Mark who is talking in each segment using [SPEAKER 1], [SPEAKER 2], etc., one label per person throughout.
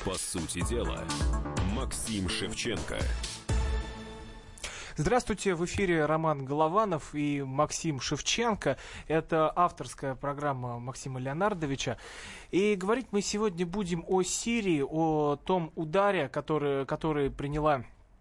[SPEAKER 1] По сути дела, Максим Шевченко.
[SPEAKER 2] Здравствуйте, в эфире Роман Голованов и Максим Шевченко. Это авторская программа Максима Леонардовича. И говорить мы сегодня будем о Сирии, о том ударе, который приняла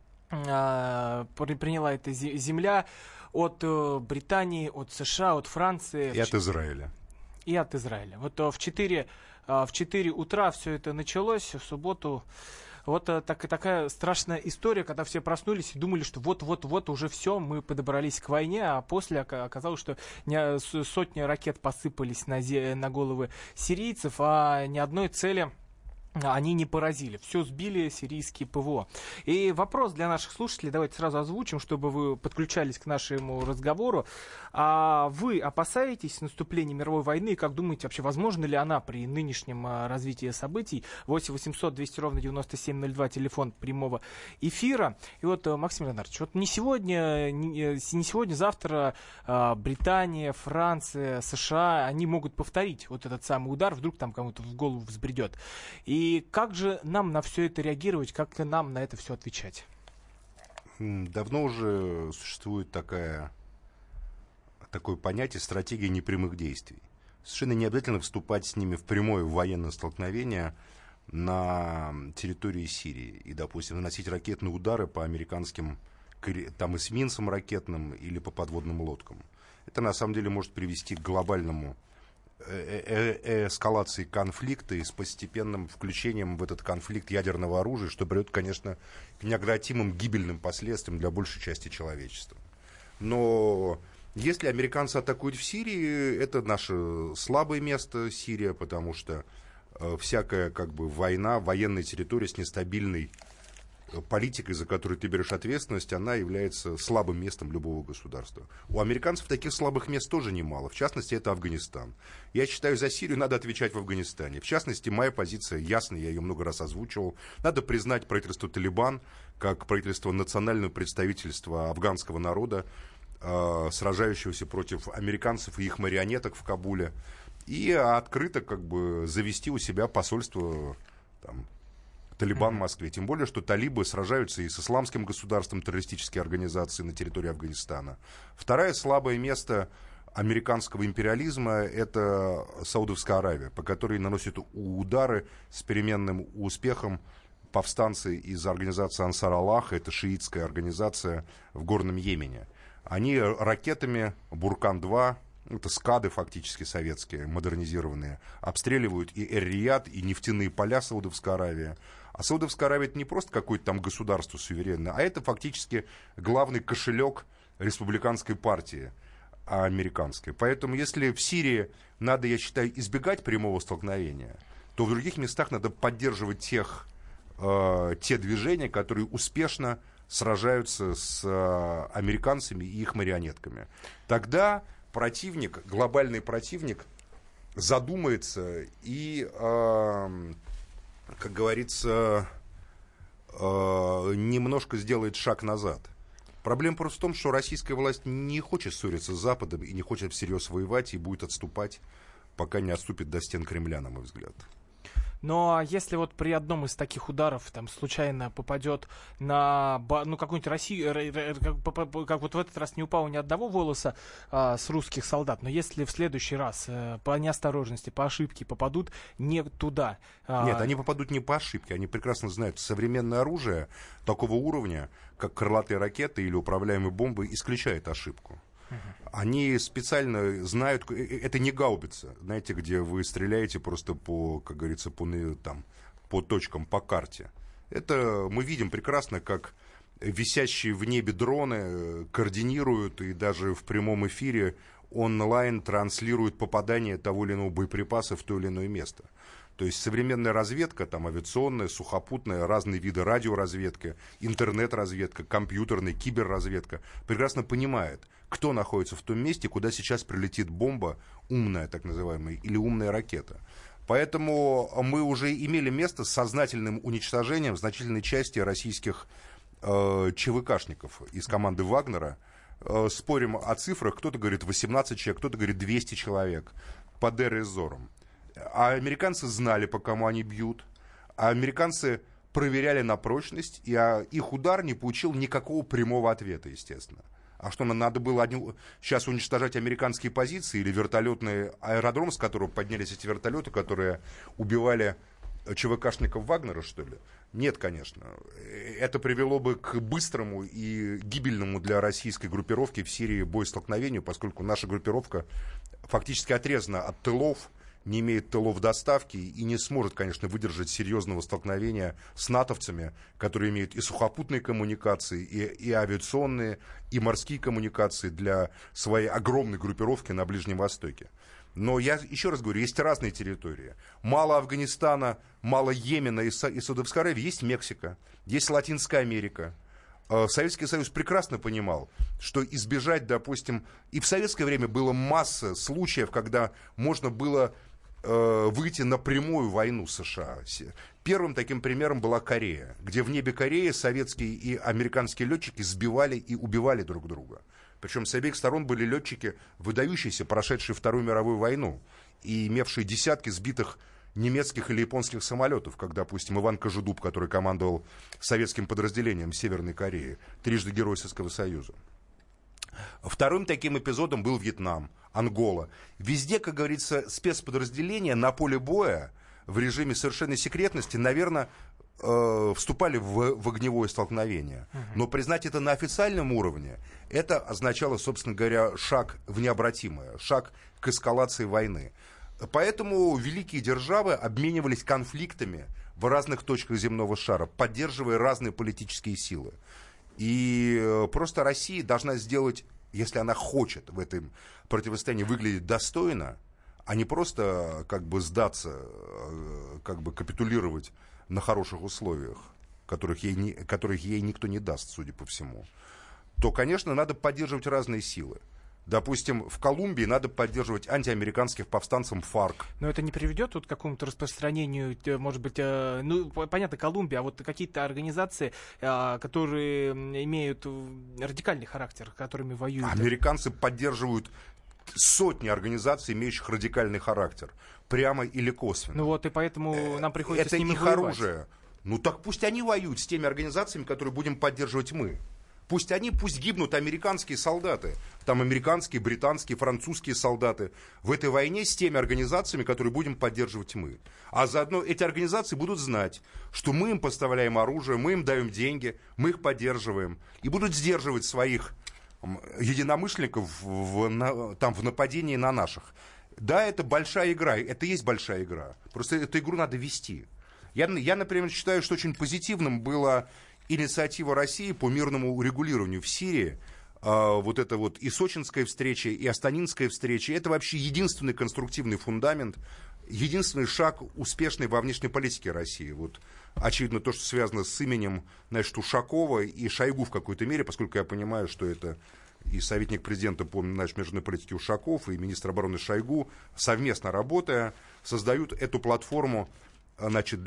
[SPEAKER 2] эта земля от Британии, от США, от Франции.
[SPEAKER 3] И от Израиля.
[SPEAKER 2] И от Израиля. Вот в 4 утра все это началось, в субботу. Вот такая страшная история, когда все проснулись и думали, что вот уже все, мы подобрались к войне, а после оказалось, что сотни ракет посыпались на головы сирийцев, а ни одной цели они не поразили. Все сбили сирийские ПВО. И вопрос для наших слушателей, давайте сразу озвучим, чтобы вы подключались к нашему разговору. А вы опасаетесь наступления мировой войны? И как думаете, вообще возможно ли она при нынешнем развитии событий? 8 800 200 ровно 9702, телефон прямого эфира. И вот, Максим Леонардович, вот не сегодня, завтра Британия, Франция, США, они могут повторить вот этот самый удар, вдруг там кому-то в голову взбредет. И как же нам на все это реагировать, как нам на это все отвечать?
[SPEAKER 3] Давно уже существует такое понятие стратегия непрямых действий. Совершенно не обязательно вступать с ними в прямое военное столкновение на территории Сирии и, допустим, наносить ракетные удары по американским там эсминцам ракетным или по подводным лодкам. Это на самом деле может привести к глобальному эскалации конфликта и с постепенным включением в этот конфликт ядерного оружия, что приведет, конечно, к необратимым гибельным последствиям для большей части человечества. Но если американцы атакуют в Сирии, это наше слабое место Сирия, потому что всякая война, военная территория с нестабильной политикой, за которую ты берешь ответственность, она является слабым местом любого государства. У американцев таких слабых мест тоже немало. В частности, это Афганистан. Я считаю, за Сирию надо отвечать в Афганистане. В частности, моя позиция ясна, я ее много раз озвучивал. Надо признать правительство Талибан как правительство национального представительства афганского народа, сражающегося против американцев и их марионеток в Кабуле. И открыто завести у себя посольство Талибан в Москве. Тем более, что талибы сражаются и с исламским государством, террористические организации на территории Афганистана. Второе слабое место американского империализма — это Саудовская Аравия, по которой наносят удары с переменным успехом повстанцы из организации Ансар Аллах, это шиитская организация в Горном Йемене. Они ракетами Буркан-2, это скады фактически советские, модернизированные, обстреливают и Эр-Рияд, и нефтяные поля Саудовской Аравии. А Саудовская Аравия — это не просто какое-то там государство суверенное, а это фактически главный кошелек республиканской партии американской. Поэтому если в Сирии надо, я считаю, избегать прямого столкновения, то в других местах надо поддерживать те движения, которые успешно сражаются с американцами и их марионетками. Тогда глобальный противник задумается и, как говорится, немножко сделает шаг назад. Проблема просто в том, что российская власть не хочет ссориться с Западом и не хочет всерьез воевать и будет отступать, пока не отступит до стен Кремля, на мой взгляд.
[SPEAKER 2] Но если вот при одном из таких ударов там случайно попадет на какую-нибудь Россию, как вот в этот раз не упало ни одного волоса с русских солдат, но если в следующий раз по неосторожности, по ошибке попадут не туда.
[SPEAKER 3] Нет, они попадут не по ошибке, они прекрасно знают, современное оружие такого уровня, как крылатые ракеты или управляемые бомбы, исключает ошибку. Они специально знают, это не гаубица, знаете, где вы стреляете просто по, как говорится, по точкам, по карте. Это мы видим прекрасно, как висящие в небе дроны координируют и даже в прямом эфире онлайн транслируют попадание того или иного боеприпаса в то или иное место. То есть современная разведка, там авиационная, сухопутная, разные виды радиоразведки, интернет-разведка, компьютерная, киберразведка прекрасно понимает, кто находится в том месте, куда сейчас прилетит бомба, умная так называемая, или умная ракета. Поэтому мы уже имели место с сознательным уничтожением значительной части российских ЧВКшников из команды Вагнера. Спорим о цифрах, кто-то говорит 18 человек, кто-то говорит 200 человек под Эр-Эз-Зором. А американцы знали, по кому они бьют. А американцы проверяли на прочность, и их удар не получил никакого прямого ответа, естественно. А что, надо было сейчас уничтожать американские позиции или вертолетный аэродром, с которого поднялись эти вертолеты, которые убивали ЧВКшников Вагнера, что ли? Нет, конечно. Это привело бы к быстрому и гибельному для российской группировки в Сирии боестолкновению, поскольку наша группировка фактически отрезана от тылов, не имеет тылов доставки и не сможет, конечно, выдержать серьезного столкновения с натовцами, которые имеют и сухопутные коммуникации, и авиационные, и морские коммуникации для своей огромной группировки на Ближнем Востоке. Но я еще раз говорю, есть разные территории. Мало Афганистана, мало Йемена и Саудовской Аравии, есть Мексика, есть Латинская Америка. Советский Союз прекрасно понимал, что избежать, допустим, и в советское время было масса случаев, когда можно было выйти на прямую войну с США. Первым таким примером была Корея, где в небе Кореи советские и американские летчики сбивали и убивали друг друга. Причем с обеих сторон были летчики, выдающиеся, прошедшие Вторую мировую войну и имевшие десятки сбитых немецких или японских самолетов, как, допустим, Иван Кожедуб, который командовал советским подразделением Северной Кореи, трижды Герой Советского Союза. Вторым таким эпизодом был Вьетнам, Ангола. Везде, как говорится, спецподразделения на поле боя в режиме совершенной секретности, наверное, вступали в огневое столкновение. Но признать это на официальном уровне, это означало, собственно говоря, шаг в необратимое, шаг к эскалации войны. Поэтому великие державы обменивались конфликтами в разных точках земного шара, поддерживая разные политические силы. И просто Россия должна сделать, если она хочет в этом противостоянии выглядеть достойно, а не просто как бы сдаться, как бы капитулировать на хороших условиях, которых ей никто не даст, судя по всему, то, конечно, надо поддерживать разные силы. Допустим, в Колумбии надо поддерживать антиамериканских повстанцев ФАРК.
[SPEAKER 2] Но это не приведет к какому-то распространению, может быть, ну, понятно, Колумбия, а вот какие-то организации, которые имеют радикальный характер, которыми воюют.
[SPEAKER 3] Американцы поддерживают сотни организаций, имеющих радикальный характер, прямо или косвенно.
[SPEAKER 2] Ну вот, и поэтому нам приходится с ними
[SPEAKER 3] воевать. Это их оружие. Ну так пусть они воюют с теми организациями, которые будем поддерживать мы. Пусть гибнут американские солдаты, там американские, британские, французские солдаты в этой войне с теми организациями, которые будем поддерживать мы. А заодно эти организации будут знать, что мы им поставляем оружие, мы им даем деньги, мы их поддерживаем. И будут сдерживать своих единомышленников в нападении на наших. Да, это большая игра, это и есть большая игра. Просто эту игру надо вести. Я, например, считаю, что очень позитивным было инициатива России по мирному урегулированию в Сирии. Вот это вот и сочинская встреча, и астанинская встреча. Это вообще единственный конструктивный фундамент, единственный шаг успешный во внешней политике России. Вот, очевидно, то, что связано с именем, значит, Ушакова и Шойгу в какой-то мере, поскольку я понимаю, что это и советник президента по международной политике Ушаков, и министр обороны Шойгу, совместно работая, создают эту платформу, значит,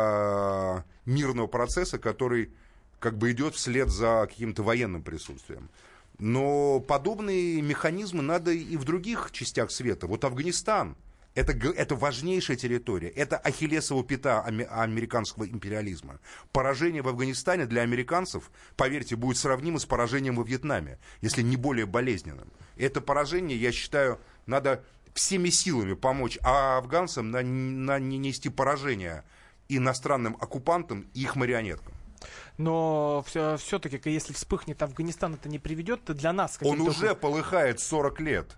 [SPEAKER 3] для мирного процесса, который как бы идет вслед за каким-то военным присутствием. Но подобные механизмы надо и в других частях света. Вот Афганистан — это важнейшая территория, это ахиллесова пята американского империализма. Поражение в Афганистане для американцев, поверьте, будет сравнимо с поражением во Вьетнаме, если не более болезненным. Это поражение, я считаю, надо всеми силами помочь афганцам не нести поражение иностранным оккупантам и их марионеткам.
[SPEAKER 2] Но все-таки, если вспыхнет Афганистан, это не приведет для нас...
[SPEAKER 3] Он уже полыхает 40 лет.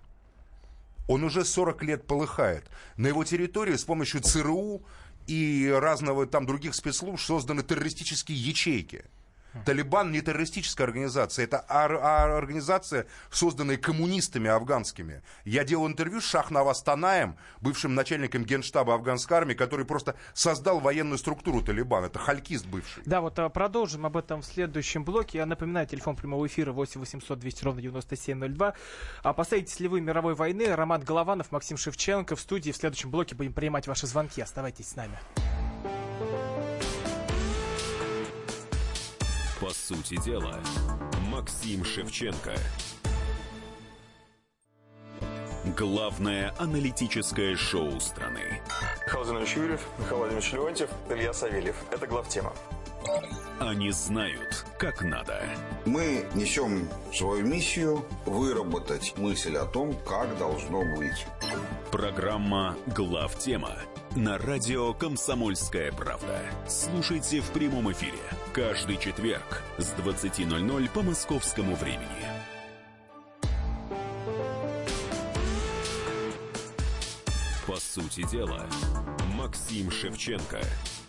[SPEAKER 3] Он уже 40 лет полыхает. На его территории с помощью ЦРУ и разного там других спецслужб созданы террористические ячейки. Талибан не террористическая организация, это организация, созданная коммунистами афганскими. Я делал интервью с Шахнаваз Танаем, бывшим начальником генштаба афганской армии, который просто создал военную структуру Талибан. Это халькист бывший.
[SPEAKER 2] Да, вот продолжим об этом в следующем блоке. Я напоминаю, телефон прямого эфира 8 800 200 ровно 9702. Опасаетесь ли вы мировой войны? Роман Голованов, Максим Шевченко в студии. В следующем блоке будем принимать ваши звонки. Оставайтесь с нами.
[SPEAKER 1] По сути дела, Максим Шевченко. Главное аналитическое шоу страны.
[SPEAKER 4] Михаил Владимирович Юрьев, Михаил Владимирович Леонтьев, Илья Савельев. Это главтема.
[SPEAKER 1] Они знают, как надо.
[SPEAKER 5] Мы несем свою миссию выработать мысль о том, как должно быть.
[SPEAKER 1] Программа «Главтема» на радио «Комсомольская правда». Слушайте в прямом эфире каждый четверг с 20:00 по московскому времени. По сути дела, Максим Шевченко.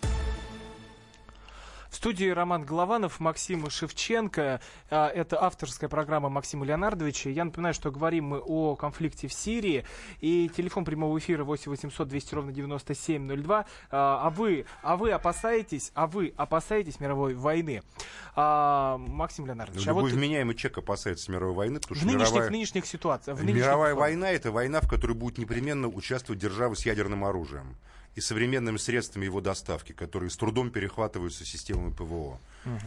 [SPEAKER 2] В студии Роман Голованов, Максим Шевченко. Это авторская программа Максима Леонардовича. Я напоминаю, что говорим мы о конфликте в Сирии. И телефон прямого эфира 8 800 200 ровно 9702. А вы опасаетесь мировой войны? Максим Леонардович.
[SPEAKER 3] Любой вменяемый человек опасается мировой войны. Потому что
[SPEAKER 2] в нынешних ситуациях.
[SPEAKER 3] Мировая война — это война, в которой будут непременно участвовать державы с ядерным оружием и современными средствами его доставки, которые с трудом перехватываются системами ПВО.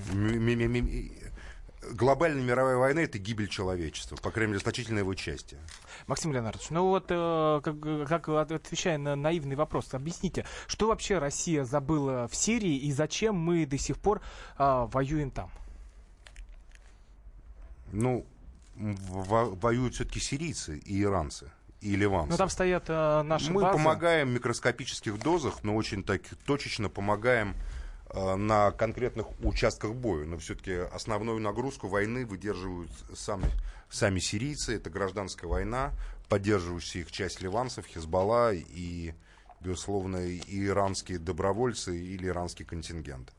[SPEAKER 3] Глобальная мировая война — это гибель человечества, по крайней мере, значительная его части.
[SPEAKER 2] Максим Леонардович, как отвечая на наивный вопрос, объясните, что вообще Россия забыла в Сирии и зачем мы до сих пор воюем там?
[SPEAKER 3] Воюют все-таки сирийцы и иранцы. И ливанцы.
[SPEAKER 2] Но там стоят наши
[SPEAKER 3] Мы
[SPEAKER 2] базы.
[SPEAKER 3] помогаем в микроскопических дозах, но очень так точечно помогаем на конкретных участках боя. Но все-таки основную нагрузку войны выдерживают сами сирийцы. Это гражданская война, поддерживающая их часть ливанцев, Хизбалла и, безусловно, и иранские добровольцы или иранский контингент.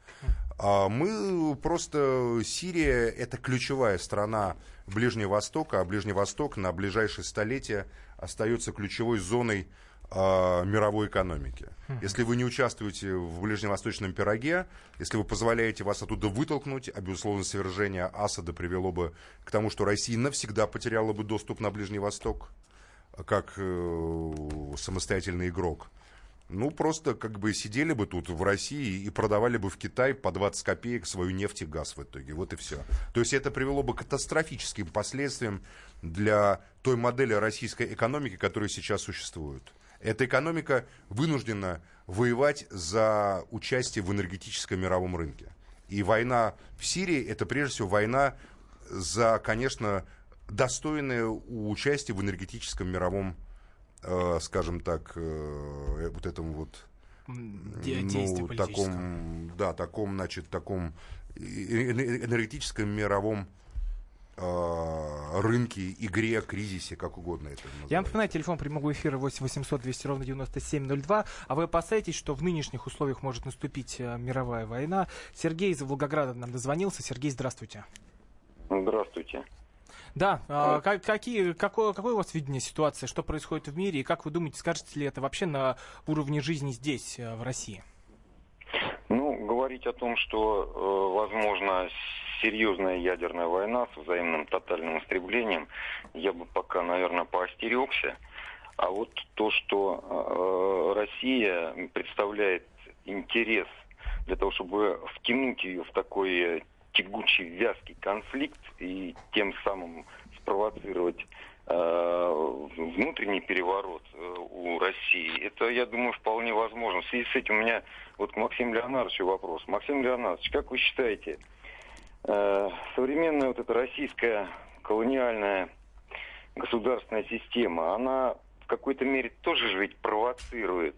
[SPEAKER 3] Сирия — это ключевая страна Ближнего Востока, а Ближний Восток на ближайшие столетия остается ключевой зоной мировой экономики. Если вы не участвуете в ближневосточном пироге, если вы позволяете вас оттуда вытолкнуть, а, безусловно, свержение Асада привело бы к тому, что Россия навсегда потеряла бы доступ на Ближний Восток, как самостоятельный игрок. Просто сидели бы тут в России и продавали бы в Китай по 20 копеек свою нефть и газ в итоге. Вот и все. То есть это привело бы к катастрофическим последствиям для той модели российской экономики, которая сейчас существует. Эта экономика вынуждена воевать за участие в энергетическом мировом рынке. И война в Сирии — это прежде всего война за, конечно, достойное участие в энергетическом мировом, скажем так, вот этом вот таком энергетическом мировом рынке, игре, кризисе, как угодно это называется.
[SPEAKER 2] Я напоминаю, телефон прямого эфира 8 800 200 ровно 9702. А вы опасаетесь, что в нынешних условиях может наступить мировая война? Сергей из Волгограда нам дозвонился. Сергей, здравствуйте.
[SPEAKER 6] Здравствуйте.
[SPEAKER 2] Да, какое у вас видение ситуации, что происходит в мире, и как вы думаете, скажете ли это вообще на уровне жизни здесь, в России?
[SPEAKER 6] Говорить о том, что возможно серьезная ядерная война с взаимным тотальным истреблением, я бы пока, наверное, поостерегся. А вот то, что Россия представляет интерес для того, чтобы втянуть ее в такой тягучий, вязкий конфликт и тем самым спровоцировать внутренний переворот у России, это, я думаю, вполне возможно. В связи с этим у меня к Максиму Леонардовичу вопрос. Максим Леонардович, как вы считаете, современная эта российская колониальная государственная система, она в какой-то мере тоже же ведь провоцирует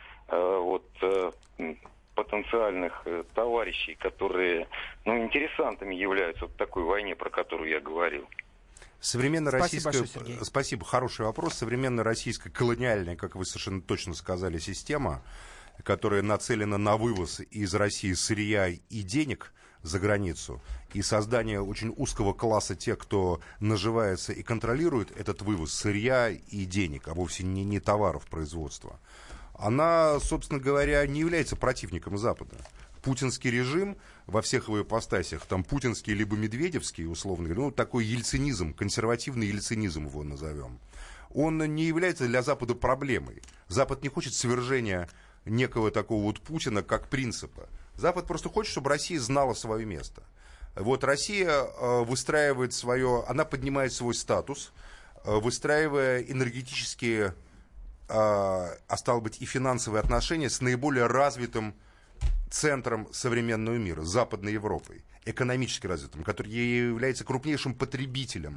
[SPEAKER 6] потенциальных товарищей, которые интересантами являются в такой войне, про которую я говорил?
[SPEAKER 3] Спасибо, хороший вопрос. Современная российская колониальная, как вы совершенно точно сказали, система, которая нацелена на вывоз из России сырья и денег за границу, и создание очень узкого класса тех, кто наживается и контролирует этот вывоз сырья и денег, а вовсе не товаров производства, она, собственно говоря, не является противником Запада. Путинский режим во всех его ипостасях, там путинский либо медведевский, условно говоря, такой ельцинизм, консервативный ельцинизм его назовем, он не является для Запада проблемой. Запад не хочет свержения некого такого Путина как принципа. Запад просто хочет, чтобы Россия знала свое место. Россия выстраивает она поднимает свой статус, выстраивая энергетические, а стало быть и финансовые отношения с наиболее развитым центром современного мира, Западной Европой, экономически развитым, который является крупнейшим потребителем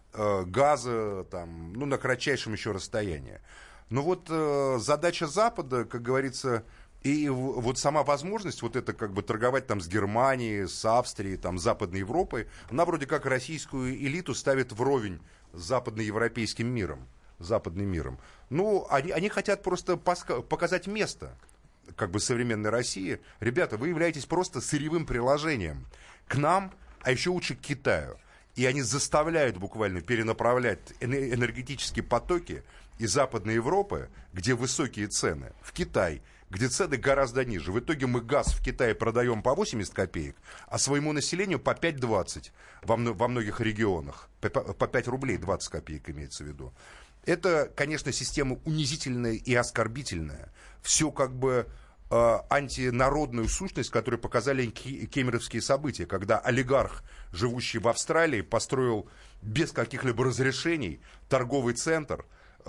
[SPEAKER 3] газа там, ну, на кратчайшем еще расстоянии. Но вот задача Запада, как говорится, и вот сама возможность вот это как бы торговать там с Германией, с Австрией, там, с Западной Европой, она вроде как российскую элиту ставит вровень с западноевропейским миром, западным миром. Ну, они хотят просто показать место как бы современной России. Ребята, вы являетесь просто сырьевым приложением к нам, а еще лучше к Китаю. И они заставляют буквально перенаправлять энергетические потоки из Западной Европы, где высокие цены, в Китай, где цены гораздо ниже. В итоге мы газ в Китае продаем по 80 копеек, а своему населению по 5,20 во многих регионах. По 5 рублей 20 копеек имеется в виду. Это, конечно, система унизительная и оскорбительная. Все как бы антинародную сущность, которую показали кемеровские события, когда олигарх, живущий в Австралии, построил без каких-либо разрешений торговый центр,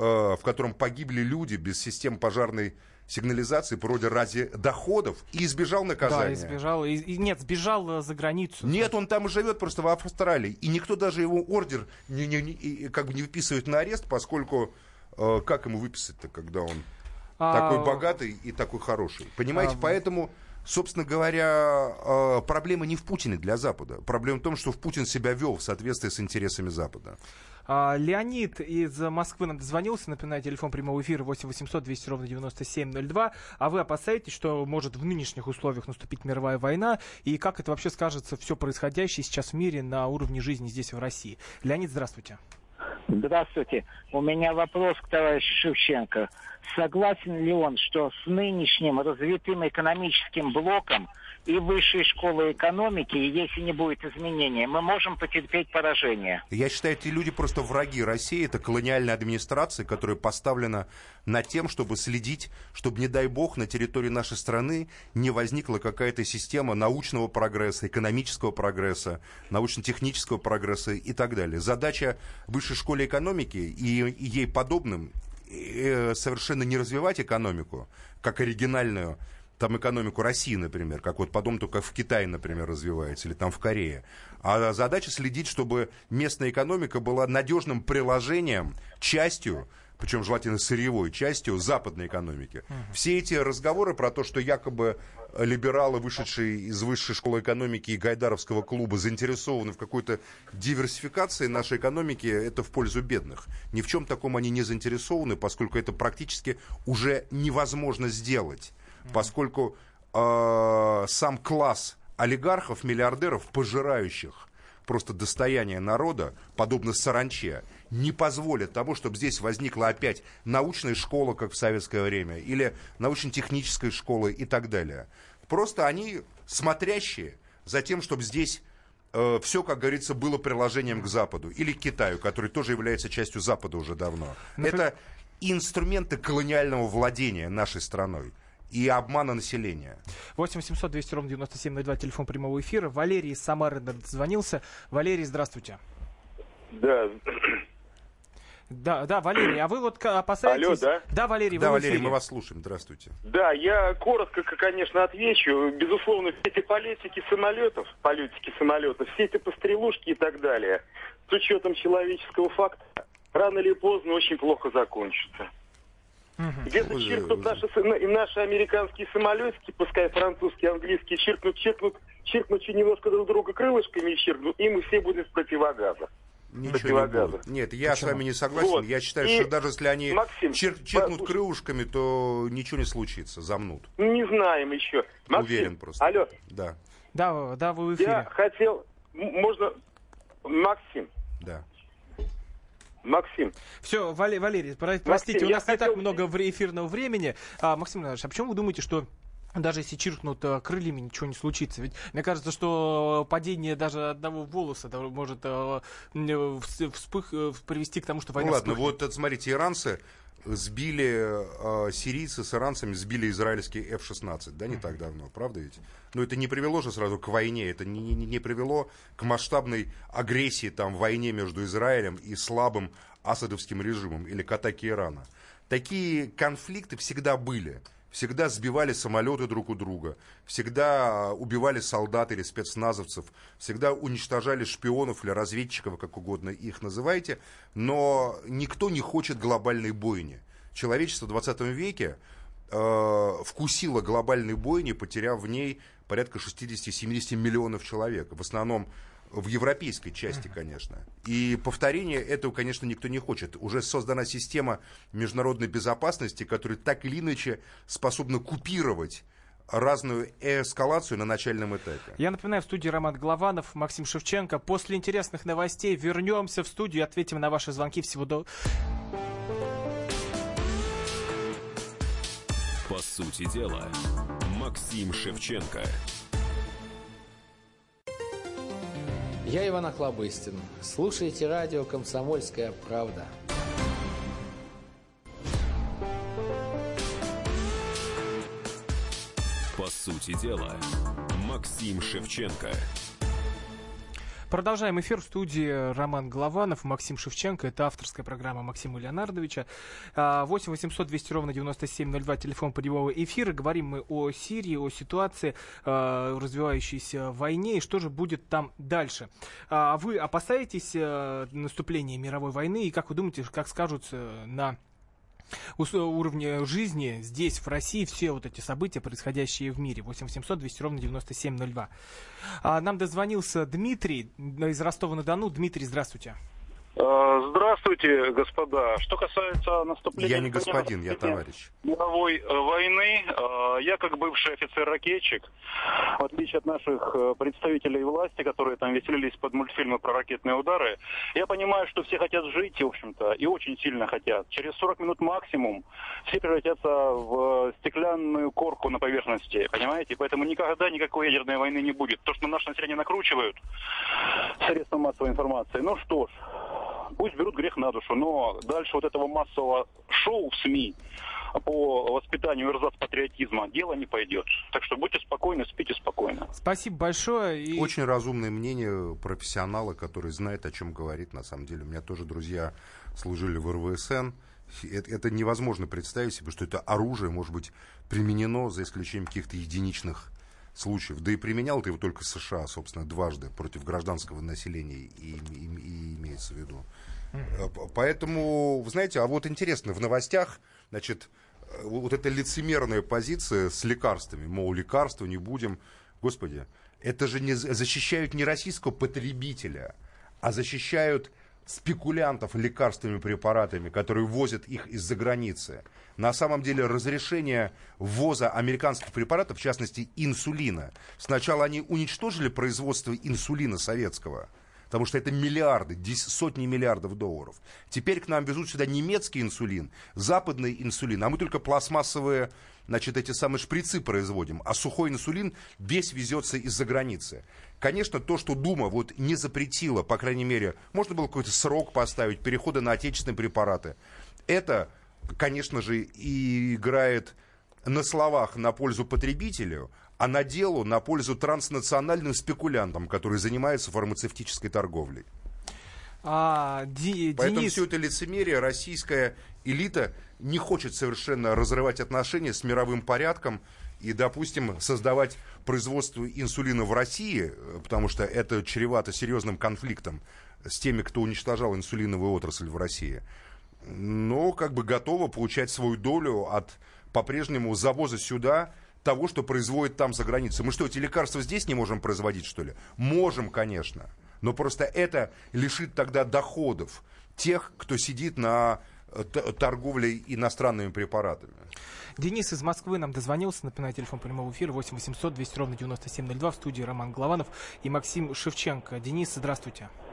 [SPEAKER 3] в котором погибли люди без систем пожарной сигнализации ради доходов, и избежал наказания. Да,
[SPEAKER 2] избежал. Нет, сбежал за границу.
[SPEAKER 3] Нет, он там и живет просто в Австралии. И никто даже его ордер как бы не выписывает на арест, поскольку как ему выписать-то, когда он такой богатый и такой хороший? Понимаете, поэтому, собственно говоря, проблема не в Путине для Запада. Проблема в том, что Путин себя вел в соответствии с интересами Запада.
[SPEAKER 2] Леонид из Москвы нам дозвонился. Напоминаю, телефон прямого эфира 8 800 200 ровно 9702. А вы опасаетесь, что может в нынешних условиях наступить мировая война? И как это вообще скажется все происходящее сейчас в мире на уровне жизни здесь, в России? Леонид, здравствуйте.
[SPEAKER 7] Здравствуйте. У меня вопрос к товарищу Шевченко. Согласен ли он, что с нынешним развитым экономическим блоком и высшей школой экономики, если не будет изменения, мы можем потерпеть поражение?
[SPEAKER 3] Я считаю, эти люди просто враги России. Это колониальная администрация, которая поставлена над тем, чтобы следить, чтобы, не дай бог, на территории нашей страны не возникла какая-то система научного прогресса, экономического прогресса, научно-технического прогресса и так далее. Задача высшей школы экономики и ей подобным совершенно не развивать экономику, как оригинальную там экономику России, например, как вот потом только в Китае, например, развивается, или там в Корее. А задача следить, чтобы местная экономика была надежным приложением, частью, причем желательно сырьевой частью западной экономики. Все эти разговоры про то, что якобы либералы, вышедшие из высшей школы экономики и Гайдаровского клуба, заинтересованы в какой-то диверсификации нашей экономики, это в пользу бедных. Ни в чем таком они не заинтересованы, поскольку это практически уже невозможно сделать. Поскольку сам класс олигархов, миллиардеров, пожирающих просто достояние народа, подобно саранче, не позволит тому, чтобы здесь возникла опять научная школа, как в советское время, или научно-техническая школа и так далее. Просто они смотрящие за тем, чтобы здесь все, как говорится, было приложением к Западу или к Китаю, который тоже является частью Запада уже давно. Это инструменты колониального владения нашей страной и обмана населения.
[SPEAKER 2] 8 800 200 ровно 9702, телефон прямого эфира. Валерий из Самары дозвонился. Валерий, здравствуйте. Да, Валерий, а вы вот опасаетесь...
[SPEAKER 8] Алло, да?
[SPEAKER 2] Да, Валерий,
[SPEAKER 3] да, Валерий, мы вас слушаем, здравствуйте.
[SPEAKER 8] Да, я коротко, конечно, отвечу. Безусловно, все эти политики самолетов, все эти пострелушки и так далее, с учетом человеческого фактора, рано или поздно очень плохо закончатся. Где-то чиркнут наши американские самолетики, пускай французские, английские, чиркнут немножко друг друга крылышками и чиркнут, и мы все будем в противогазах.
[SPEAKER 3] Ничего не будет. Нет, я с вами не согласен. Вот. Я считаю, что даже если они чиркнут крылышками, то ничего не случится, замнут.
[SPEAKER 8] Не знаем еще. Максим,
[SPEAKER 3] уверен просто.
[SPEAKER 8] Алло.
[SPEAKER 3] Да,
[SPEAKER 2] вы в эфире.
[SPEAKER 8] Я хотел... Можно... Максим.
[SPEAKER 3] Да.
[SPEAKER 8] Максим.
[SPEAKER 2] Все, Валерий, простите, Максим, у нас не так много эфирного времени. Максим Иванович, а почему вы думаете, что даже если чиркнут крыльями, ничего не случится. Ведь мне кажется, что падение даже одного волоса может привести к тому, что война вспыхнет.
[SPEAKER 3] Ладно, вот смотрите, иранцы сбили, сирийцы с иранцами сбили израильский F-16, да, не так давно, правда ведь? Но это не привело же сразу к войне, это не привело к масштабной агрессии, там, войне между Израилем и слабым асадовским режимом или к атаке Ирана. Такие конфликты всегда были. Всегда сбивали самолеты друг у друга, всегда убивали солдат или спецназовцев, всегда уничтожали шпионов или разведчиков, как угодно их называйте, но никто не хочет глобальной бойни. Человечество в 20 веке вкусило глобальной бойни, потеряв в ней порядка 60-70 миллионов человек, в основном в европейской части, конечно. И повторения этого, конечно, никто не хочет. Уже создана система международной безопасности, которая так или иначе способна купировать разную эскалацию на начальном этапе.
[SPEAKER 2] Я напоминаю, в студии Роман Голованов, Максим Шевченко. После интересных новостей вернемся в студию и ответим на ваши звонки. Всего доброго.
[SPEAKER 1] По сути дела, Максим Шевченко.
[SPEAKER 9] Я Иван Охлобыстин. Слушайте радио «Комсомольская правда».
[SPEAKER 1] По сути дела, Максим Шевченко.
[SPEAKER 2] Продолжаем эфир. В студии Роман Голованов, Максим Шевченко. Это авторская программа Максима Леонардовича. 8 800 200 ровно 9702, телефон прямого эфира. Говорим мы о Сирии, о ситуации, развивающейся войне и что же будет там дальше. Вы опасаетесь наступления мировой войны и как вы думаете, как скажутся на уровне жизни здесь, в России, все вот эти события, происходящие в мире? 8 800 200 ровно 9702. Нам дозвонился Дмитрий из Ростова-на-Дону. Дмитрий, здравствуйте.
[SPEAKER 10] Здравствуйте, господа. Что касается наступления...
[SPEAKER 3] Я не господин, я товарищ.
[SPEAKER 10] Мировой войны, я как бывший офицер-ракетчик, в отличие от наших представителей власти, которые там веселились под мультфильмы про ракетные удары, я понимаю, что все хотят жить, в общем-то, и очень сильно хотят. Через 40 минут максимум все превратятся в стеклянную корку на поверхности, понимаете? Поэтому никогда никакой ядерной войны не будет. То, что наше население накручивают средства массовой информации, ну что ж, пусть берут грех на душу, но дальше вот этого массового шоу в СМИ по воспитанию эрзац-патриотизма дело не пойдет. Так что будьте спокойны, спите спокойно.
[SPEAKER 2] Спасибо большое.
[SPEAKER 3] Очень разумное мнение профессионала, который знает, о чем говорит на самом деле. У меня тоже друзья служили в РВСН. Это невозможно представить себе, что это оружие может быть применено за исключением каких-то единичных случаев. Да и применял это его только США, собственно, дважды против гражданского населения и имеется в виду. Поэтому, вы знаете, а вот интересно, в новостях, значит, вот эта лицемерная позиция с лекарствами, мол, лекарства не будем. Господи, это же не защищают не российского потребителя, а защищают спекулянтов лекарственными препаратами, которые возят их из-за границы. На самом деле разрешение ввоза американских препаратов, в частности инсулина, сначала они уничтожили производство инсулина советского, потому что это миллиарды, сотни миллиардов долларов. Теперь к нам везут сюда немецкий инсулин, западный инсулин, а мы только пластмассовые, значит, эти самые шприцы производим, а сухой инсулин весь везется из-за границы. Конечно, то, что Дума вот не запретила, по крайней мере, можно было какой-то срок поставить перехода на отечественные препараты, это, конечно же, и играет на словах на пользу потребителю, а на делу на пользу транснациональным спекулянтам, которые занимаются фармацевтической торговлей. Поэтому все это лицемерие, российская элита не хочет совершенно разрывать отношения с мировым порядком и, допустим, создавать производство инсулина в России, потому что это чревато серьезным конфликтом с теми, кто уничтожал инсулиновую отрасль в России. Но как бы готова получать свою долю от по-прежнему завоза сюда того, что производит там за границей. Мы что, эти лекарства здесь не можем производить, что ли? Можем, конечно. Но просто это лишит тогда доходов тех, кто сидит на торговле иностранными препаратами.
[SPEAKER 2] Денис из Москвы нам дозвонился. Напоминаю, телефон прямого эфира 8 800 200 ровно 9702. В студии Роман Голованов и Максим Шевченко. Денис, здравствуйте.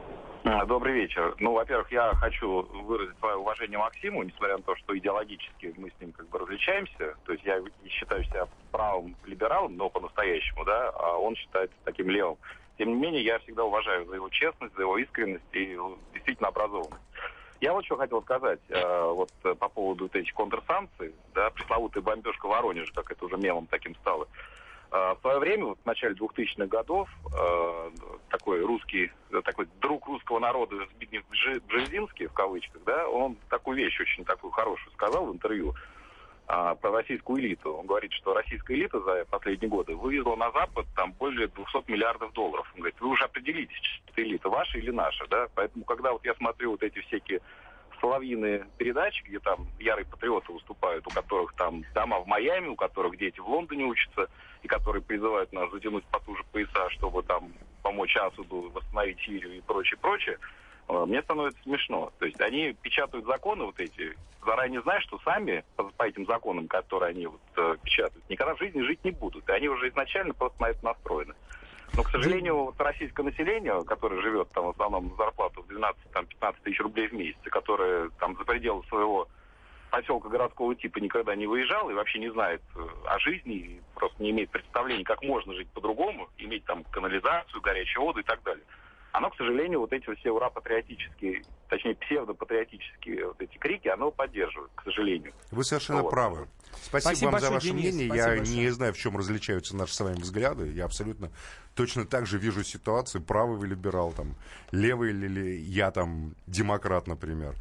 [SPEAKER 10] Добрый вечер. Ну, во-первых, я хочу выразить свое уважение Максиму, несмотря на то, что идеологически мы с ним как бы различаемся. То есть я считаю себя правым либералом, но по-настоящему, да, а он считается таким левым. Тем не менее, я всегда уважаю за его честность, за его искренность и действительно образованность. Я вот что хотел сказать вот по поводу вот этих контрсанкций, да, пресловутая бомбежка Воронежа, как это уже мемом таким стало. В свое время, вот в начале 2000-х годов, такой друг русского народа Збигнев Бжезинский, в кавычках, да, он такую вещь очень такую хорошую сказал в интервью про российскую элиту. Он говорит, что российская элита за последние годы вывезла на Запад там более 200 миллиардов долларов. Он говорит, вы уже определитесь, это элита ваша или наша, да? Поэтому, когда вот я смотрю вот эти всякие соловьиные передачи, где там ярые патриоты выступают, у которых там дома в Майами, у которых дети в Лондоне учатся, и которые призывают нас затянуть потуже пояса, чтобы там помочь Асаду восстановить Сирию и прочее, мне становится смешно. То есть они печатают законы вот эти, заранее зная, что сами по этим законам, которые они вот печатают, никогда в жизни жить не будут. И они уже изначально просто на это настроены. Но, к сожалению, вот российское население, которое живет там в основном на зарплату в 12-15 тысяч рублей в месяц, которое там за пределы своего поселка городского типа никогда не выезжал и вообще не знает о жизни, и просто не имеет представления, как можно жить по-другому, иметь там канализацию, горячую воду и так далее. Оно, к сожалению, вот эти все ура-патриотические, точнее псевдопатриотические вот эти крики, оно поддерживает, к сожалению.
[SPEAKER 3] Вы совершенно правы. Спасибо вам за ваше мнение. Я не знаю, в чем различаются наши с вами взгляды. Я абсолютно точно так же вижу ситуацию. Правый вы либерал, там, левый или я там демократ, например.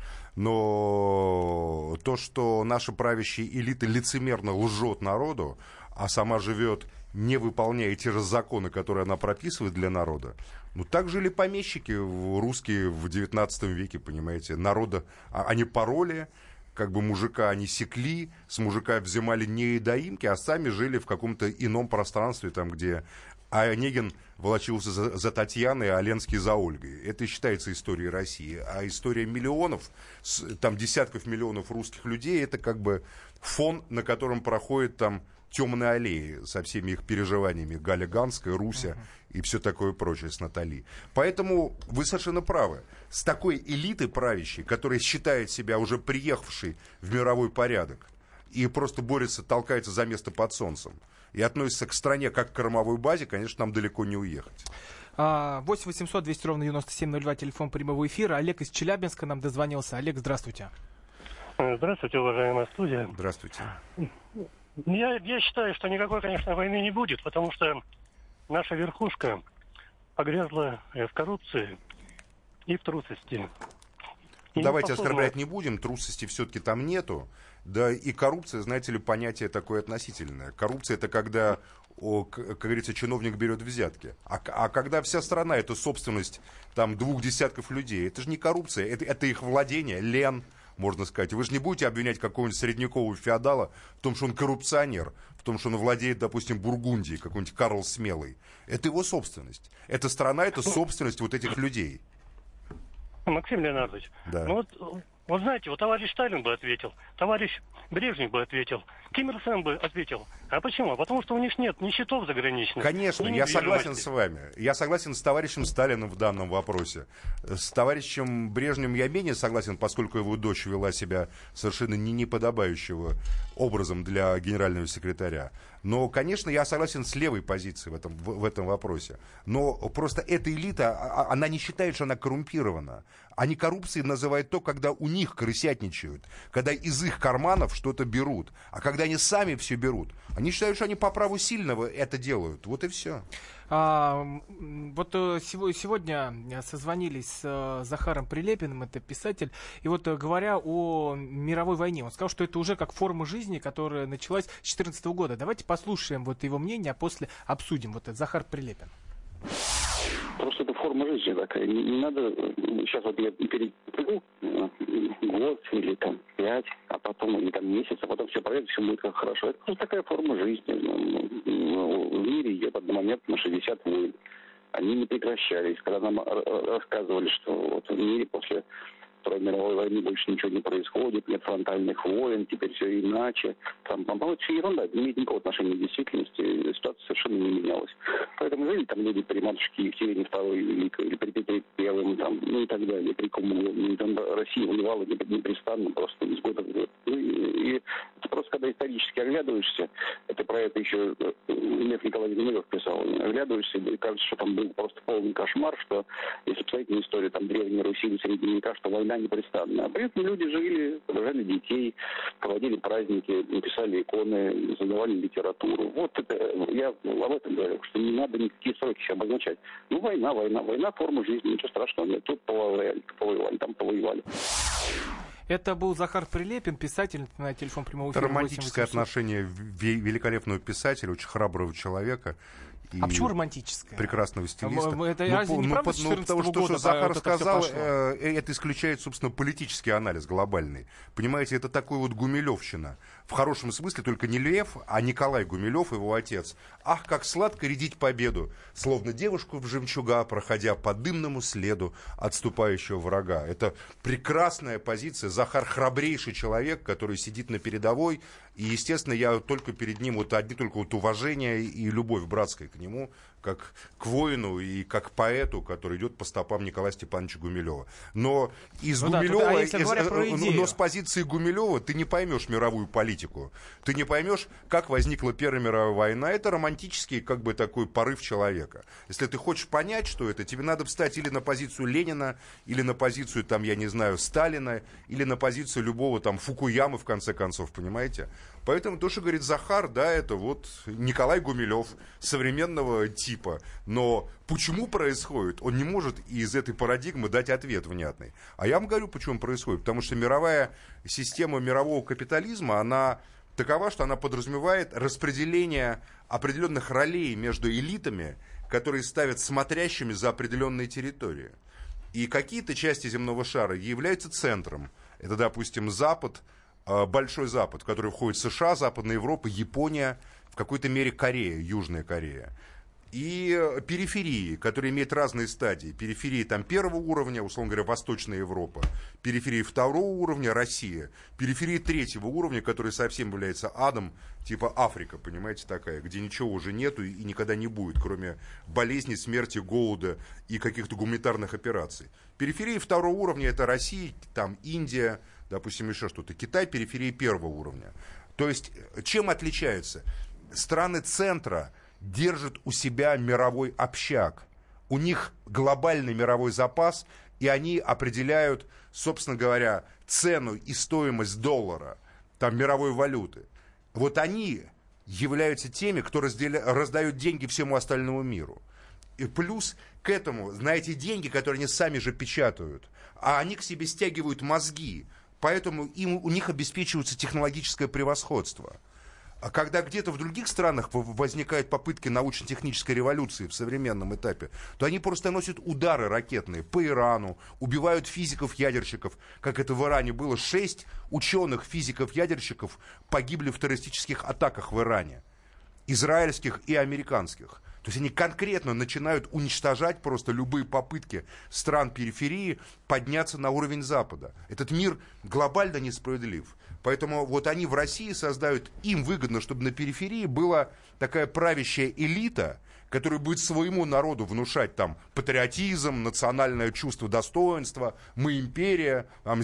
[SPEAKER 3] Но то, что наша правящая элита лицемерно лжет народу, а сама живет, не выполняя те же законы, которые она прописывает для народа, ну, так жили помещики русские в 19 веке, понимаете. Народа они пороли, как бы мужика они секли, с мужика взимали недоимки, а сами жили в каком-то ином пространстве, там, где Онегин волочился за Татьяной, а Ленский за Ольгой. Это считается историей России. А история миллионов, там десятков миллионов русских людей, это как бы фон, на котором проходит там темные аллеи со всеми их переживаниями. Галя Ганская, Руся и все такое прочее с Натали. Поэтому вы совершенно правы. С такой элитой правящей, которая считает себя уже приехавшей в мировой порядок и просто борется, толкается за место под солнцем и относится к стране как к кормовой базе, конечно, нам далеко не уехать.
[SPEAKER 2] 8 800 200 ровно 9702, телефон прямого эфира. Олег из Челябинска нам дозвонился. Олег, здравствуйте.
[SPEAKER 11] Здравствуйте, уважаемая студия.
[SPEAKER 3] Здравствуйте.
[SPEAKER 11] Я считаю, что никакой, конечно, войны не будет, потому что наша верхушка погрязла в коррупции и в трусости.
[SPEAKER 3] Давайте оскорблять не будем, трусости все-таки там нету. Да и коррупция, знаете ли, понятие такое относительное. Коррупция — это когда, как говорится, чиновник берет взятки. А когда вся страна — это собственность там 2 десятков людей, это же не коррупция, это их владение, лен, можно сказать. Вы же не будете обвинять какого-нибудь средневекового феодала в том, что он коррупционер, в том, что он владеет, допустим, Бургундией, какой-нибудь Карл Смелый. Это его собственность. Эта страна — это собственность вот этих людей.
[SPEAKER 11] Максим Леонардович,
[SPEAKER 3] да.
[SPEAKER 11] Ну вот знаете, вот товарищ Сталин бы ответил, товарищ Брежнев бы ответил, Ким Ир Сен бы ответил. А почему? Потому что у них нет ни счетов заграничных.
[SPEAKER 3] Конечно, я согласен с вами. Я согласен с товарищем Сталиным в данном вопросе. С товарищем Брежневым я менее согласен, поскольку его дочь вела себя совершенно неподобающего образом для генерального секретаря. Но, конечно, я согласен с левой позицией в этом вопросе. Но просто эта элита, она не считает, что она коррумпирована. Они коррупцией называют то, когда у них крысятничают, когда из их карманов что-то берут. А когда они сами все берут, они считают, что они по праву сильного это делают. Вот и все.
[SPEAKER 2] Вот сегодня созвонились с Захаром Прилепиным, это писатель, и вот говоря о мировой войне, он сказал, что это уже как форма жизни, которая началась с 2014 года. Давайте послушаем вот его мнение, а после обсудим. Вот это Захар Прилепин.
[SPEAKER 12] Просто это форма жизни такая. Не надо, сейчас вот я перейду год или там 5, а потом или там месяц, а потом все пройдет, все будет как хорошо. Это просто такая форма жизни. В мире идет одномоментно 60 войн. Они не прекращались. Когда нам рассказывали, что вот в мире после Второй мировой войны больше ничего не происходит, нет фронтальных войн, теперь все иначе. Там, по-моему, это все ерунда, это не имеет никакого отношения к действительности, ситуация совершенно не менялась. Поэтому жили там люди при матушке Екатерине II Великой, или при Петре Первом, там, ну и так далее, при ком угодно. Там Россия воевала непрестанно, просто из года в год. И это просто, когда исторически оглядываешься, это про это еще Лев Николаевич Гумилев писал, оглядываешься, и кажется, что там был просто полный кошмар, что если посмотреть на историю там Древней Руси или Среднего века, что война непрестанная. А при этом люди жили, рожали детей, проводили праздники, писали иконы, создавали литературу. Вот это, я об этом говорю, что не надо никакие сроки обозначать. Ну, война, форма жизни, ничего страшного нет. Тут повоевали, там повоевали.
[SPEAKER 2] Это был Захар Прилепин, писатель, на телефон прямого эфира.
[SPEAKER 3] Это романтическое отношение великолепного писателя, очень храброго человека.
[SPEAKER 2] А почему романтическое?
[SPEAKER 3] Прекрасного стилиста.
[SPEAKER 2] Это разве не правда 14 года?
[SPEAKER 3] Что Захар сказал, это исключает, собственно, политический анализ глобальный. Понимаете, это такой вот гумилевщина. В хорошем смысле, только не Лев, а Николай Гумилев, его отец. Ах, как сладко рядить победу, словно девушку в жемчуга, проходя по дымному следу отступающего врага. Это прекрасная позиция. Захар храбрейший человек, который сидит на передовой. И, естественно, я только перед ним одни только уважение и любовь братская к нему, как к воину и как к поэту, который идет по стопам Николая Степановича Гумилева. Но из Гумилева, но с позиции Гумилева ты не поймешь мировую политику. Ты не поймешь, как возникла Первая мировая война. Это романтический, как бы, такой порыв человека. Если ты хочешь понять, что это, тебе надо встать или на позицию Ленина, или на позицию, там, я не знаю, Сталина, или на позицию любого там Фукуямы, в конце концов, понимаете? Поэтому то, что говорит Захар, да, это вот Николай Гумилев современного типа. Но почему происходит, он не может из этой парадигмы дать ответ внятный. А я вам говорю, почему происходит. Потому что мировая система мирового капитализма, она такова, что она подразумевает распределение определенных ролей между элитами, которые ставят смотрящими за определенные территории. И какие-то части земного шара являются центром. Это, допустим, Запад, Большой Запад, в который входит США, Западная Европа, Япония, в какой-то мере Корея, Южная Корея. И периферии, которые имеют разные стадии. Периферии там первого уровня, условно говоря, Восточная Европа. Периферии второго уровня, Россия. Периферии третьего уровня, который совсем является адом, типа Африка, понимаете, такая, где ничего уже нету и никогда не будет, кроме болезней, смерти, голода и каких-то гуманитарных операций. Периферии второго уровня — это Россия, там Индия, допустим, еще что-то. Китай — периферии первого уровня. То есть, чем отличаются? Страны центра держат у себя мировой общак. У них глобальный мировой запас, и они определяют, собственно говоря, цену и стоимость доллара, там, мировой валюты. Вот они являются теми, кто раздают деньги всему остальному миру. И плюс к этому, знаете, деньги, которые они сами же печатают, а они к себе стягивают мозги, поэтому у них обеспечивается технологическое превосходство. А когда где-то в других странах возникают попытки научно-технической революции в современном этапе, то они просто наносят удары ракетные по Ирану, убивают физиков-ядерщиков, как это в Иране было. 6 ученых физиков-ядерщиков погибли в террористических атаках в Иране, израильских и американских. То есть они конкретно начинают уничтожать просто любые попытки стран периферии подняться на уровень Запада. Этот мир глобально несправедлив. Поэтому вот они в России создают, им выгодно, чтобы на периферии была такая правящая элита, которая будет своему народу внушать там патриотизм, национальное чувство достоинства, мы империя, там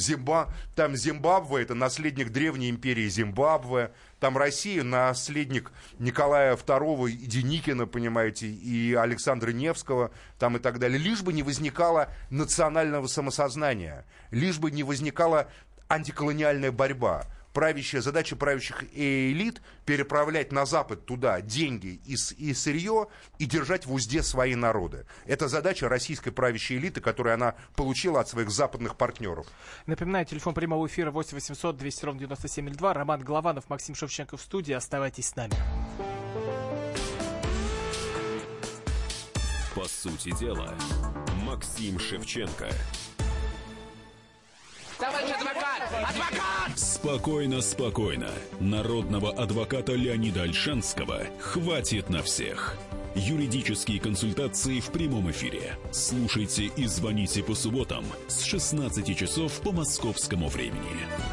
[SPEAKER 3] Зимбабве, это наследник древней империи Зимбабве, там Россия, наследник Николая II и Деникина, понимаете, и Александра Невского, там и так далее, лишь бы не возникало национального самосознания, лишь бы не возникала антиколониальная борьба. Задача правящих элит — переправлять на Запад туда деньги и сырье и держать в узде свои народы. Это задача российской правящей элиты, которую она получила от своих западных партнеров.
[SPEAKER 2] Напоминаю, телефон прямого эфира 8 800 200 ровно 9702. Роман Голованов, Максим Шевченко в студии. Оставайтесь с нами.
[SPEAKER 1] По сути дела, Максим Шевченко.
[SPEAKER 13] Товарищ адвокат! Адвокат!
[SPEAKER 1] Спокойно, спокойно. Народного адвоката Леонида Ольшанского хватит на всех. Юридические консультации в прямом эфире. Слушайте и звоните по субботам с 16 часов по московскому времени.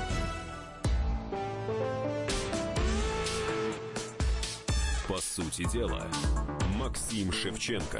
[SPEAKER 1] По сути дела, Максим Шевченко.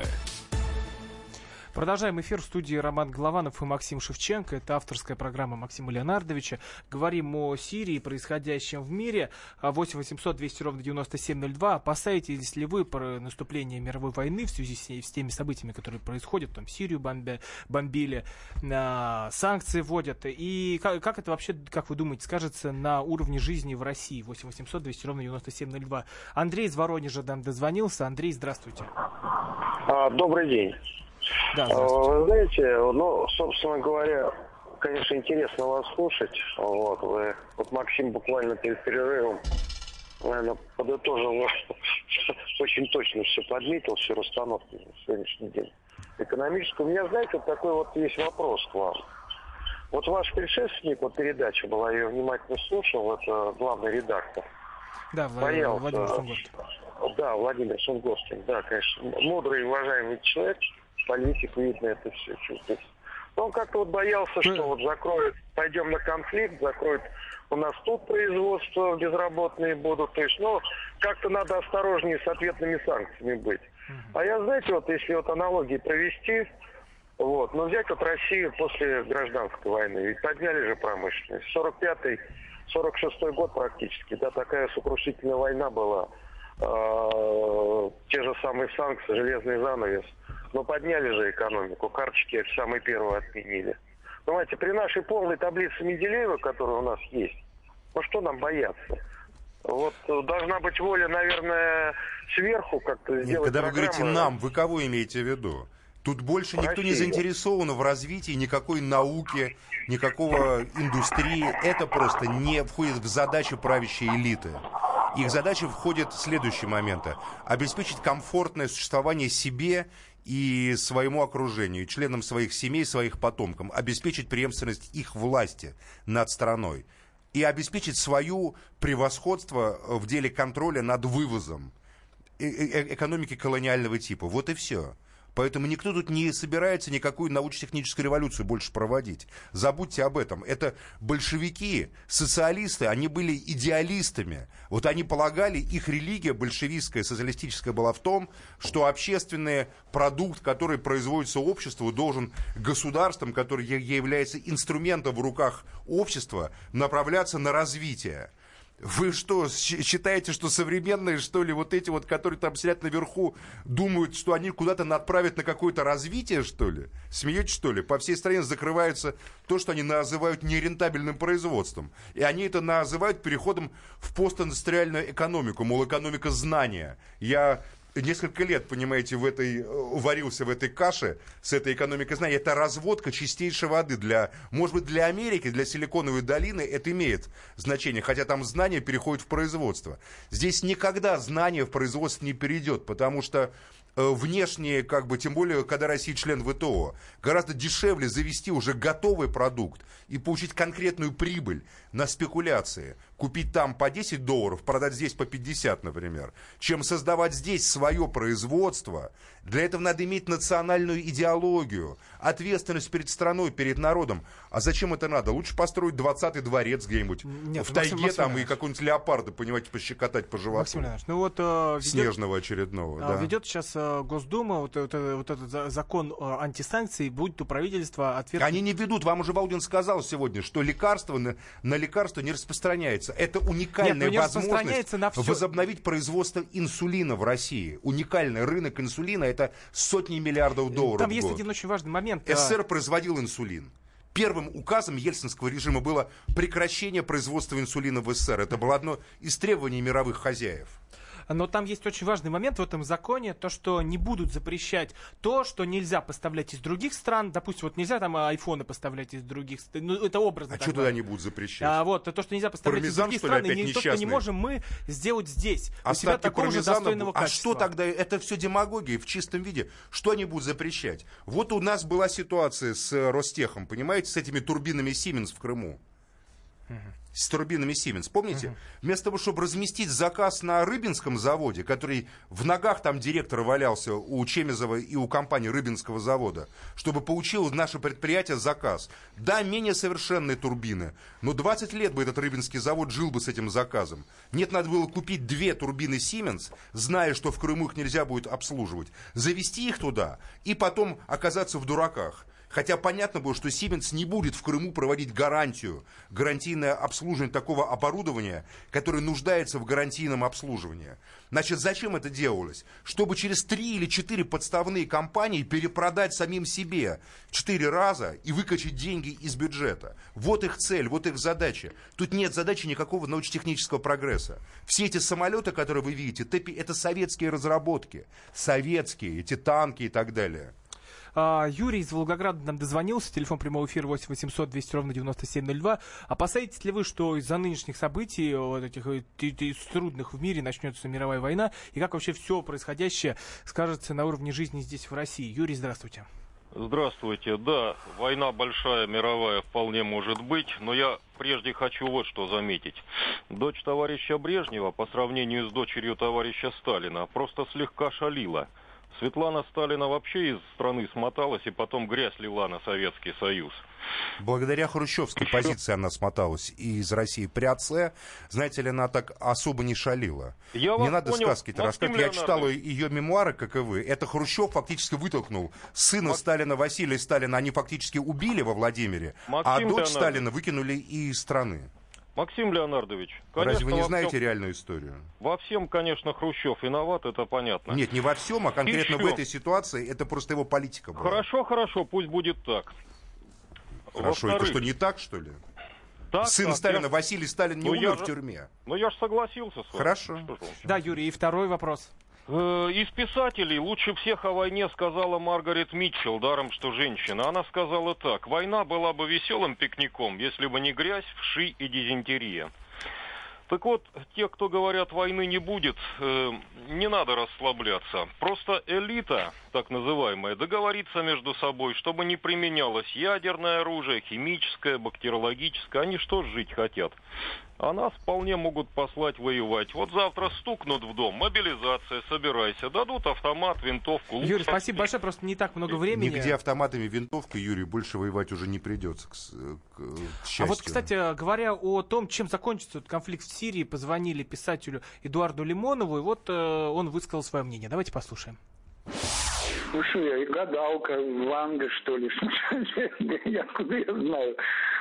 [SPEAKER 2] Продолжаем эфир в студии Роман Голованов и Максим Шевченко. Это авторская программа Максима Леонардовича. Говорим о Сирии, происходящем в мире. 8 800 200 ровно 9702. Опасаетесь ли вы наступления мировой войны в связи с теми событиями, которые происходят? Там Сирию бомбили, санкции вводят. И как это вообще, как вы думаете, скажется на уровне жизни в России? 8 800 200 ровно 9702. Андрей из Воронежа нам дозвонился. Андрей, здравствуйте.
[SPEAKER 14] Добрый день.
[SPEAKER 2] Да,
[SPEAKER 14] вы знаете, собственно говоря, конечно, интересно вас слушать. Вот Максим буквально перед перерывом, наверное, подытожил, очень точно все подметил, всю расстановку на сегодняшний день экономическую. У меня, знаете, вот такой вот есть вопрос к вам. Вот ваш предшественник, вот передача была, я ее внимательно слушал, это главный редактор.
[SPEAKER 2] Да, Владимир Сунгоркин.
[SPEAKER 14] Да, Владимир Сунгоркин, да, конечно, мудрый и уважаемый человек. Политик, видно, это все чувствуется. Но он как-то вот боялся, что вот закроют, пойдем на конфликт, закроют у нас тут производство, безработные будут. То есть, как-то надо осторожнее с ответными санкциями быть. А я, знаете, вот если вот аналогии провести, взять вот Россию после гражданской войны, ведь подняли же промышленность. 45-46 год практически, да, такая сокрушительная война была. Те же самые санкции, железный занавес. Но подняли же экономику, карточки самые первые отменили. Понимаете, при нашей полной таблице Менделеева, которая у нас есть, что нам бояться? Вот должна быть воля, наверное, сверху как-то сделать.
[SPEAKER 3] Когда вы
[SPEAKER 14] программу.
[SPEAKER 3] говорите «нам», вы кого имеете в виду? Тут больше никто не заинтересован в развитии никакой науки, никакого индустрии. Это просто не входит в задачи правящей элиты. Их задача входит в следующие моменты. Обеспечить комфортное существование себе и своему окружению, членам своих семей, своих потомкам. Обеспечить преемственность их власти над страной. И обеспечить свое превосходство в деле контроля над вывозом экономики колониального типа. Вот и все. Поэтому никто тут не собирается никакую научно-техническую революцию больше проводить. Забудьте об этом. Это большевики, социалисты, они были идеалистами. Вот они полагали, их религия большевистская, социалистическая была в том, что общественный продукт, который производится обществу, должен государством, который является инструментом в руках общества, направляться на развитие. Вы что, считаете, что современные, что ли, вот эти вот, которые там сидят наверху, думают, что они куда-то отправят на какое-то развитие, что ли? Смеетесь, что ли? По всей стране закрывается то, что они называют нерентабельным производством. И они это называют переходом в постиндустриальную экономику, мол, экономика знания. Я несколько лет, понимаете, варился в этой каше с этой экономикой знаний. Это разводка чистейшей воды. Может быть, для Америки, для Силиконовой долины это имеет значение, хотя там знание переходит в производство. Здесь никогда знание в производство не перейдет, потому что внешне, тем более, когда Россия член ВТО, гораздо дешевле завести уже готовый продукт и получить конкретную прибыль на спекуляции. Купить там по $10, продать здесь по 50, например, чем создавать здесь свое производство. Для этого надо иметь национальную идеологию, ответственность перед страной, перед народом. А зачем это надо? Лучше построить 20-й дворец где-нибудь в тайге там и какого-нибудь леопарда, понимаете, пощекотать по животу. Снежного очередного. Да.
[SPEAKER 2] Ведет сейчас Госдума, вот этот закон антисанкций, будет у правительства ответ.
[SPEAKER 3] Они не ведут. Вам уже Валдин сказал сегодня, что лекарство на лекарство не распространяется. Это уникальная возможность возобновить производство инсулина в России. Уникальный рынок инсулина — это сотни миллиардов долларов.
[SPEAKER 2] Там есть один очень важный момент.
[SPEAKER 3] СССР производил инсулин. Первым указом ельцинского режима было прекращение производства инсулина в СССР. Это было одно из требований мировых хозяев.
[SPEAKER 2] Но там есть очень важный момент в этом законе, то, что не будут запрещать то, что нельзя поставлять из других стран. Допустим, вот нельзя там айфоны поставлять из других стран. Это образно.
[SPEAKER 3] А что тогда не будут запрещать?
[SPEAKER 2] То, что нельзя поставлять
[SPEAKER 3] пармезан,
[SPEAKER 2] из других стран, и то, что не можем мы сделать здесь. У себя такого же достойного качества.
[SPEAKER 3] А что тогда? Это все демагогия в чистом виде. Что они будут запрещать? Вот у нас была ситуация с Ростехом, понимаете, с этими турбинами Siemens в Крыму. С турбинами Siemens. Помните? Вместо того, чтобы разместить заказ на Рыбинском заводе, который в ногах там директора валялся у Чемезова и у компании Рыбинского завода, чтобы получило наше предприятие заказ. Да, менее совершенные турбины, но 20 лет бы этот Рыбинский завод жил бы с этим заказом. Нет, надо было купить 2 турбины Siemens, зная, что в Крыму их нельзя будет обслуживать, завести их туда и потом оказаться в дураках. Хотя понятно было, что Siemens не будет в Крыму проводить гарантийное обслуживание такого оборудования, которое нуждается в гарантийном обслуживании. Значит, зачем это делалось? Чтобы через 3 или 4 подставные компании перепродать самим себе 4 раза и выкачать деньги из бюджета. Вот их цель, вот их задача. Тут нет задачи никакого научно-технического прогресса. Все эти самолеты, которые вы видите, это советские разработки. Советские, эти танки и так далее.
[SPEAKER 2] Юрий из Волгограда нам дозвонился. Телефон прямого эфира 8 800 200 ровно 9702. Опасаетесь ли вы, что из-за нынешних событий, вот этих трудных в мире, начнется мировая война? И как вообще все происходящее скажется на уровне жизни здесь, в России? Юрий, здравствуйте.
[SPEAKER 15] Здравствуйте. Да, война большая, мировая вполне может быть, но я прежде хочу вот что заметить. Дочь товарища Брежнева по сравнению с дочерью товарища Сталина просто слегка шалила. Светлана Сталина вообще из страны смоталась и потом грязь лила на Советский Союз.
[SPEAKER 3] Благодаря хрущевской позиции она смоталась и из России при отце. Знаете ли, она так особо не шалила. Не надо сказки-то рассказывать. Я читал ее мемуары, как и вы. Это Хрущев фактически вытолкнул сына Сталина, Василия Сталина. Они фактически убили во Владимире, а дочь Сталина выкинули из страны.
[SPEAKER 15] Максим Леонардович, конечно,
[SPEAKER 3] разве вы не знаете реальную историю?
[SPEAKER 15] Во всем, конечно, Хрущев виноват, это понятно.
[SPEAKER 3] Нет, не во всем, а конкретно в этой ситуации это просто его политика была.
[SPEAKER 15] Хорошо, пусть будет так.
[SPEAKER 3] Хорошо, это что, не так, что ли? Так, сын Сталина, Василий Сталин, не умер в тюрьме.
[SPEAKER 15] Ну, я же согласился с вами.
[SPEAKER 3] Хорошо.
[SPEAKER 2] Да, Юрий, и второй вопрос.
[SPEAKER 15] Из писателей лучше всех о войне сказала Маргарет Митчелл, даром что женщина. Она сказала так: война была бы веселым пикником, если бы не грязь, вши и дизентерия. Так вот, те, кто говорят, войны не будет, не надо расслабляться. Просто элита, так называемая, договорится между собой, чтобы не применялось ядерное оружие, химическое, бактериологическое. Они что ж жить хотят? А нас вполне могут послать воевать. Вот завтра стукнут в дом, мобилизация, собирайся, дадут автомат, винтовку.
[SPEAKER 2] Юрий, спасибо большое, просто не так много времени.
[SPEAKER 3] Нигде автоматами, винтовкой, Юрий, больше воевать уже не придется, к счастью.
[SPEAKER 2] А вот, кстати, говоря о том, чем закончится этот конфликт в Сирии, позвонили писателю Эдуарду Лимонову, и вот он высказал свое мнение. Давайте послушаем.
[SPEAKER 16] Ну что, я и гадалка, Ванга, что ли? Я куда я знаю?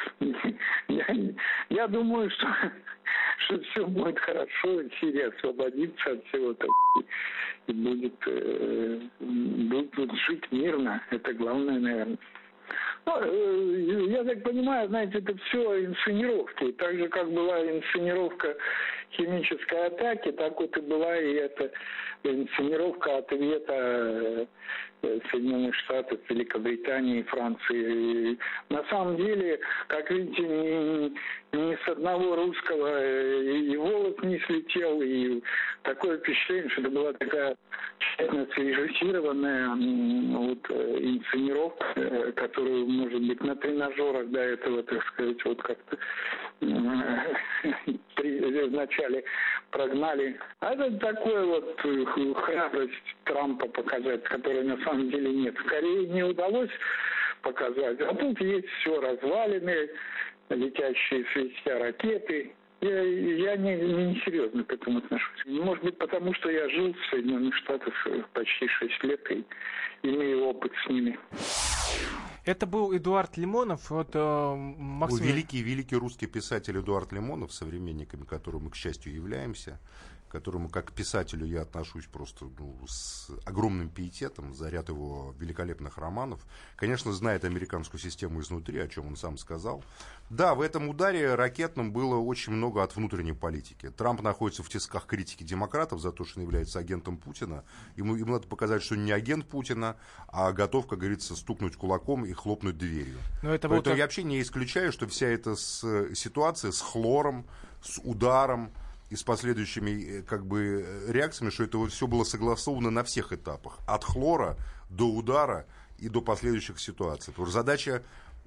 [SPEAKER 16] Я думаю, что все будет хорошо, Сирия освободится от всего-то и будут жить мирно. Это главное, наверное. Ну, я так понимаю, знаете, это все инсценировки. Так же, как была инсценировка химической атаки, так вот и была и эта инсценировка ответа Соединенных Штатов, Великобритании, Франции. На самом деле, как видите, ни с одного русского и волос не слетел, и такое впечатление, что это была такая тщательно срежиссированная инсценировка, которую, может быть, на тренажерах до этого, так сказать, вот как-то вначале прогнали. А это такое вот храбрость Трампа показать, которой на самом деле нет. В Корее не удалось показать. А тут есть все развалины, летящие свистя ракеты. Я не серьезно к этому отношусь. Может быть, потому что я жил в Соединенных Штатах почти 6 лет и имею опыт с ними.
[SPEAKER 2] Это был Эдуард Лимонов. Вот, Максим...
[SPEAKER 3] Великий русский писатель Эдуард Лимонов, современниками которого мы, к счастью, являемся, к которому как к писателю я отношусь просто с огромным пиететом за ряд его великолепных романов. Конечно, знает американскую систему изнутри, о чем он сам сказал. Да, в этом ударе ракетном было очень много от внутренней политики. Трамп находится в тисках критики демократов за то, что он является агентом Путина. Ему надо показать, что он не агент Путина, а готов, как говорится, стукнуть кулаком и хлопнуть дверью. Поэтому я вообще не исключаю, что вся эта ситуация с хлором, с ударом и с последующими реакциями, что это все было согласовано на всех этапах. От хлора до удара и до последующих ситуаций. Потому что задача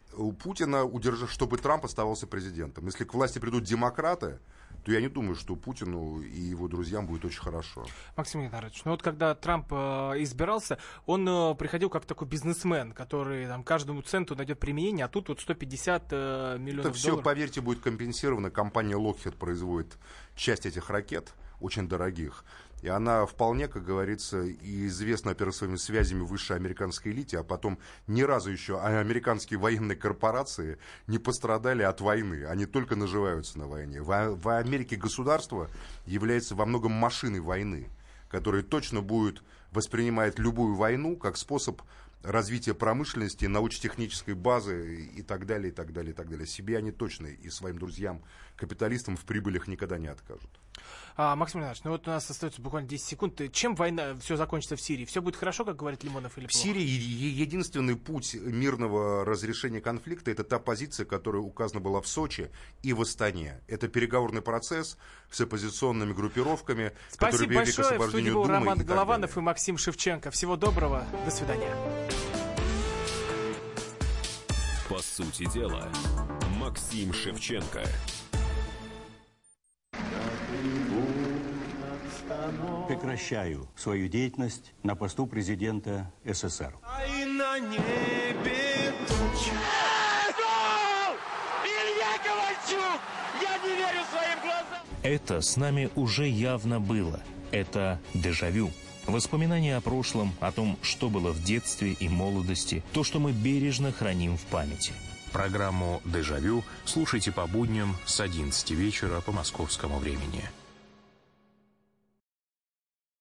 [SPEAKER 3] у Путина, чтобы Трамп оставался президентом. Если к власти придут демократы, то я не думаю, что Путину и его друзьям будет очень хорошо.
[SPEAKER 2] Максим Геннадьевич, ну вот когда Трамп избирался, он приходил как такой бизнесмен, который там каждому центу найдет применение, а тут вот 150 миллионов долларов.
[SPEAKER 3] Это все, поверьте, будет компенсировано. Компания Lockheed производит часть этих ракет, очень дорогих. И она вполне, как говорится, и известна, во-первых, своими связями в высшей американской элите, а потом ни разу еще американские военные корпорации не пострадали от войны. Они только наживаются на войне. В Америке государство является во многом машиной войны, которая точно будет воспринимать любую войну как способ развития промышленности, научно-технической базы и так далее, и так далее, и так далее. Себе они точно и своим друзьям, капиталистам в прибылях никогда не откажут.
[SPEAKER 2] Максим Иванович, ну вот у нас остается буквально 10 секунд. Чем война все закончится в Сирии? Все будет хорошо, как говорит Лимонов, или плохо?
[SPEAKER 3] В Сирии единственный путь мирного разрешения конфликта — это та позиция, которая указана была в Сочи и в Астане. Это переговорный процесс с оппозиционными группировками, которые
[SPEAKER 2] привели к освобождению Думы. Спасибо большое. В студии был Роман Голованов и Максим Шевченко. Всего доброго. До свидания.
[SPEAKER 1] По сути дела, Максим Шевченко.
[SPEAKER 17] Прекращаю свою деятельность на посту президента СССР.
[SPEAKER 13] И на небе тучи. Илья Ковальчук! Я не верю своим глазам!
[SPEAKER 18] Это с нами уже явно было. Это дежавю. Воспоминания о прошлом, о том, что было в детстве и молодости, то, что мы бережно храним в памяти.
[SPEAKER 19] Программу «Дежавю» слушайте по будням с 11 вечера по московскому времени.